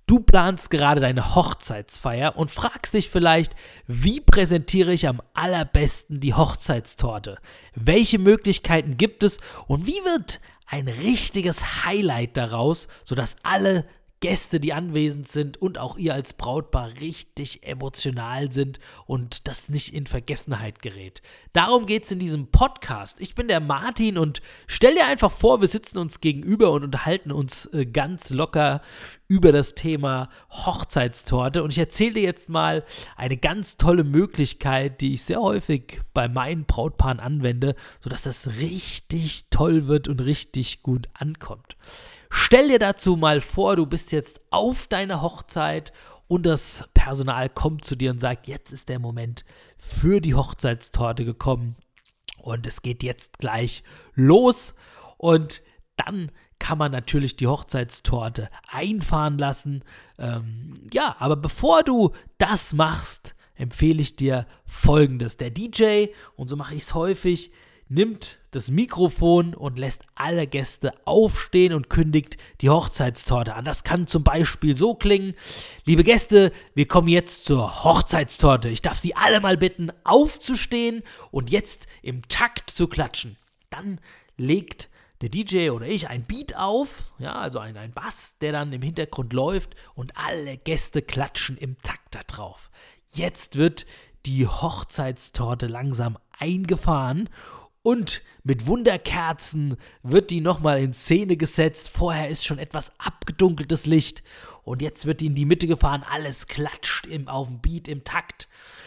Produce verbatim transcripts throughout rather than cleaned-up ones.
Du planst gerade deine Hochzeitsfeier und fragst dich vielleicht, wie präsentiere ich am allerbesten die Hochzeitstorte? Welche Möglichkeiten gibt es und wie wird ein richtiges Highlight daraus, sodass alle Gäste, die anwesend sind und auch ihr als Brautpaar richtig emotional sind und das nicht in Vergessenheit gerät. Darum geht es in diesem Podcast. Ich bin der Martin und stell dir einfach vor, wir sitzen uns gegenüber und unterhalten uns äh, ganz locker über das Thema Hochzeitstorte und ich erzähle dir jetzt mal eine ganz tolle Möglichkeit, die ich sehr häufig bei meinen Brautpaaren anwende, sodass das richtig toll wird und richtig gut ankommt. Stell dir dazu mal vor, du bist jetzt auf deiner Hochzeit und das Personal kommt zu dir und sagt, jetzt ist der Moment für die Hochzeitstorte gekommen und es geht jetzt gleich los und dann kann man natürlich die Hochzeitstorte einfahren lassen. Ähm, ja, aber bevor du das machst, empfehle ich dir Folgendes. Der D J, und so mache ich es häufig, nimmt das Mikrofon und lässt alle Gäste aufstehen und kündigt die Hochzeitstorte an. Das kann zum Beispiel so klingen: Liebe Gäste, wir kommen jetzt zur Hochzeitstorte. Ich darf Sie alle mal bitten, aufzustehen und jetzt im Takt zu klatschen. Dann legt der D J oder ich ein Beat auf, ja, also ein, ein Bass, der dann im Hintergrund läuft und alle Gäste klatschen im Takt da drauf. Jetzt wird die Hochzeitstorte langsam eingefahren und mit Wunderkerzen wird die nochmal in Szene gesetzt. Vorher ist schon etwas abgedunkeltes Licht und jetzt wird die in die Mitte gefahren. Alles klatscht im, auf dem Beat, im Takt.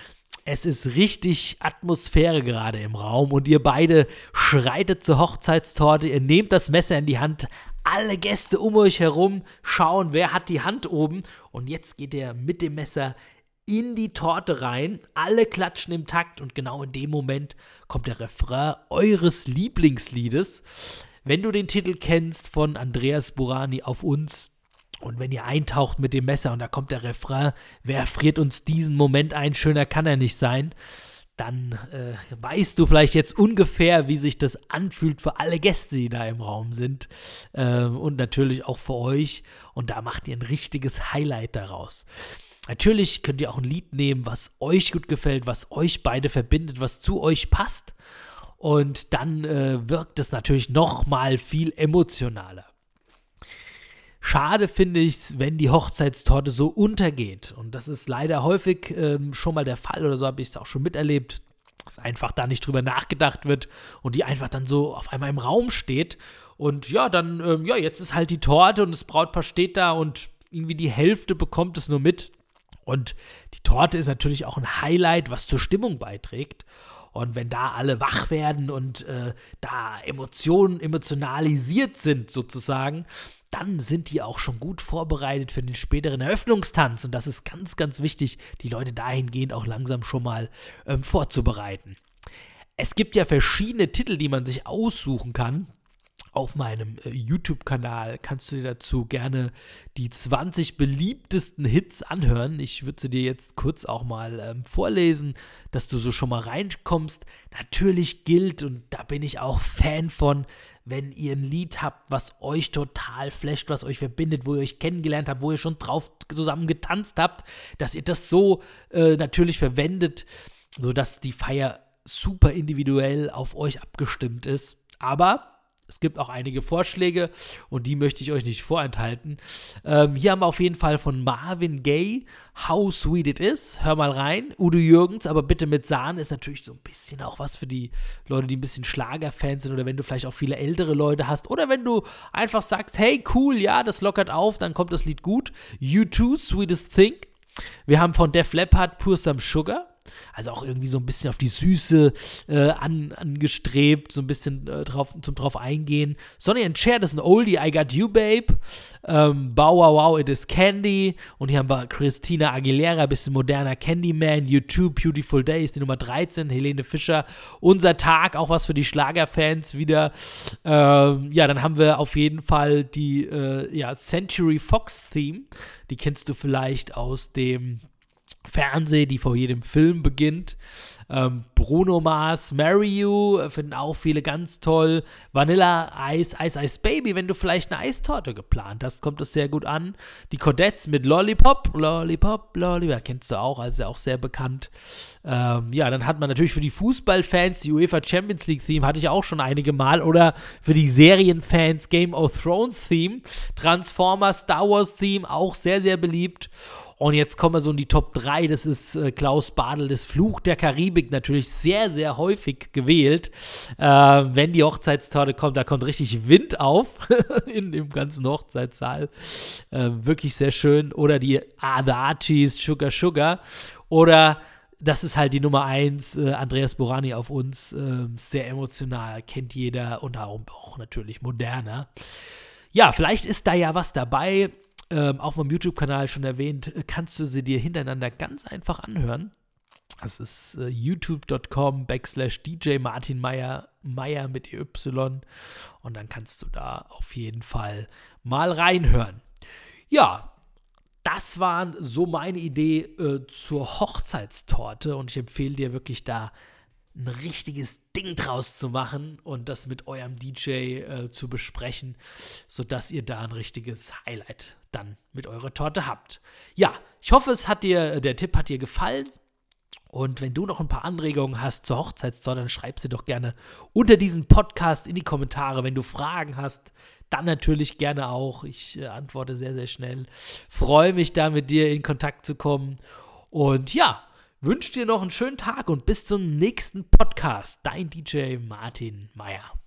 Es ist richtig Atmosphäre gerade im Raum und ihr beide schreitet zur Hochzeitstorte. Ihr nehmt das Messer in die Hand. Alle Gäste um euch herum schauen, wer hat die Hand oben. Und jetzt geht ihr mit dem Messer in die Torte rein, alle klatschen im Takt und genau in dem Moment kommt der Refrain eures Lieblingsliedes. Wenn du den Titel kennst von Andreas Burani, Auf uns, und wenn ihr eintaucht mit dem Messer und da kommt der Refrain, wer friert uns diesen Moment ein, schöner kann er nicht sein, dann äh, weißt du vielleicht jetzt ungefähr, wie sich das anfühlt für alle Gäste, die da im Raum sind äh, und natürlich auch für euch und da macht ihr ein richtiges Highlight daraus. Natürlich könnt ihr auch ein Lied nehmen, was euch gut gefällt, was euch beide verbindet, was zu euch passt. Und dann äh, wirkt es natürlich noch mal viel emotionaler. Schade finde ich es, wenn die Hochzeitstorte so untergeht. Und das ist leider häufig ähm, schon mal der Fall, oder so habe ich es auch schon miterlebt, dass einfach da nicht drüber nachgedacht wird und die einfach dann so auf einmal im Raum steht. Und ja, dann, ähm, ja, jetzt ist halt die Torte und das Brautpaar steht da und irgendwie die Hälfte bekommt es nur mit. Und die Torte ist natürlich auch ein Highlight, was zur Stimmung beiträgt. Und wenn da alle wach werden und äh, da Emotionen emotionalisiert sind sozusagen, dann sind die auch schon gut vorbereitet für den späteren Eröffnungstanz. Und das ist ganz, ganz wichtig, die Leute dahingehend auch langsam schon mal ähm, vorzubereiten. Es gibt ja verschiedene Titel, die man sich aussuchen kann. Auf meinem äh, YouTube-Kanal kannst du dir dazu gerne die zwanzig beliebtesten Hits anhören. Ich würde sie dir jetzt kurz auch mal ähm, vorlesen, dass du so schon mal reinkommst. Natürlich gilt, und da bin ich auch Fan von, wenn ihr ein Lied habt, was euch total flasht, was euch verbindet, wo ihr euch kennengelernt habt, wo ihr schon drauf zusammen getanzt habt, dass ihr das so äh, natürlich verwendet, sodass die Feier super individuell auf euch abgestimmt ist. Aber es gibt auch einige Vorschläge und die möchte ich euch nicht vorenthalten. Ähm, hier haben wir auf jeden Fall von Marvin Gaye How Sweet It Is. Hör mal rein. Udo Jürgens, aber bitte mit Sahne, ist natürlich so ein bisschen auch was für die Leute, die ein bisschen Schlagerfans sind oder wenn du vielleicht auch viele ältere Leute hast oder wenn du einfach sagst, hey cool, ja, das lockert auf, dann kommt das Lied gut. U zwei, Sweetest Thing. Wir haben von Def Leppard Pour Some Sugar. Also auch irgendwie so ein bisschen auf die Süße äh, an, angestrebt, so ein bisschen äh, drauf, zum drauf eingehen. Sonny and Cher, das ist ein Oldie, I Got You, Babe. Ähm, Bow Wow Wow, It Is Candy. Und hier haben wir Christina Aguilera, bisschen moderner Candyman. U zwei, Beautiful Day ist die Nummer dreizehn. Helene Fischer, Unser Tag, auch was für die Schlagerfans wieder. Ähm, ja, dann haben wir auf jeden Fall die äh, ja, Century Fox Theme. Die kennst du vielleicht aus dem Fernseh, die vor jedem Film beginnt. Ähm, Bruno Mars, Marry You, finden auch viele ganz toll. Vanilla Ice, Ice Ice Baby, wenn du vielleicht eine Eistorte geplant hast, kommt das sehr gut an. Die Codettes mit Lollipop, Lollipop, Lollipop, kennst du auch, also auch sehr bekannt. Ähm, ja, dann hat man natürlich für die Fußballfans die UEFA Champions League Theme, hatte ich auch schon einige Mal. Oder für die Serienfans Game of Thrones Theme. Transformers, Star Wars Theme, auch sehr, sehr beliebt. Und jetzt kommen wir so in die Top drei, das ist äh, Klaus Badl, das Fluch der Karibik, natürlich sehr, sehr häufig gewählt. Äh, wenn die Hochzeitstorte kommt, da kommt richtig Wind auf in dem ganzen Hochzeitssaal. Äh, wirklich sehr schön. Oder die ah, The Archies, Sugar Sugar. Oder das ist halt die Nummer eins, äh, Andreas Borani auf uns, äh, sehr emotional, kennt jeder und auch, auch natürlich moderner. Ja, vielleicht ist da ja was dabei. Ähm, auf meinem YouTube-Kanal schon erwähnt, kannst du sie dir hintereinander ganz einfach anhören. Das ist äh, youtube.com backslash DJ Martin Meyer, Meyer mit E Y. Und dann kannst du da auf jeden Fall mal reinhören. Ja, das war so meine Idee äh, zur Hochzeitstorte. Und ich empfehle dir wirklich da ein richtiges Ding draus zu machen und das mit eurem D J äh, zu besprechen, sodass ihr da ein richtiges Highlight dann mit eurer Torte habt. Ja, ich hoffe, es hat dir, der Tipp hat dir gefallen. Und wenn du noch ein paar Anregungen hast zur Hochzeitstorte, dann schreib sie doch gerne unter diesen Podcast in die Kommentare. Wenn du Fragen hast, dann natürlich gerne auch. Ich äh, antworte sehr, sehr schnell. Freue mich da mit dir in Kontakt zu kommen. Und ja, wünsche dir noch einen schönen Tag und bis zum nächsten Podcast. Dein D J Martin Meyer.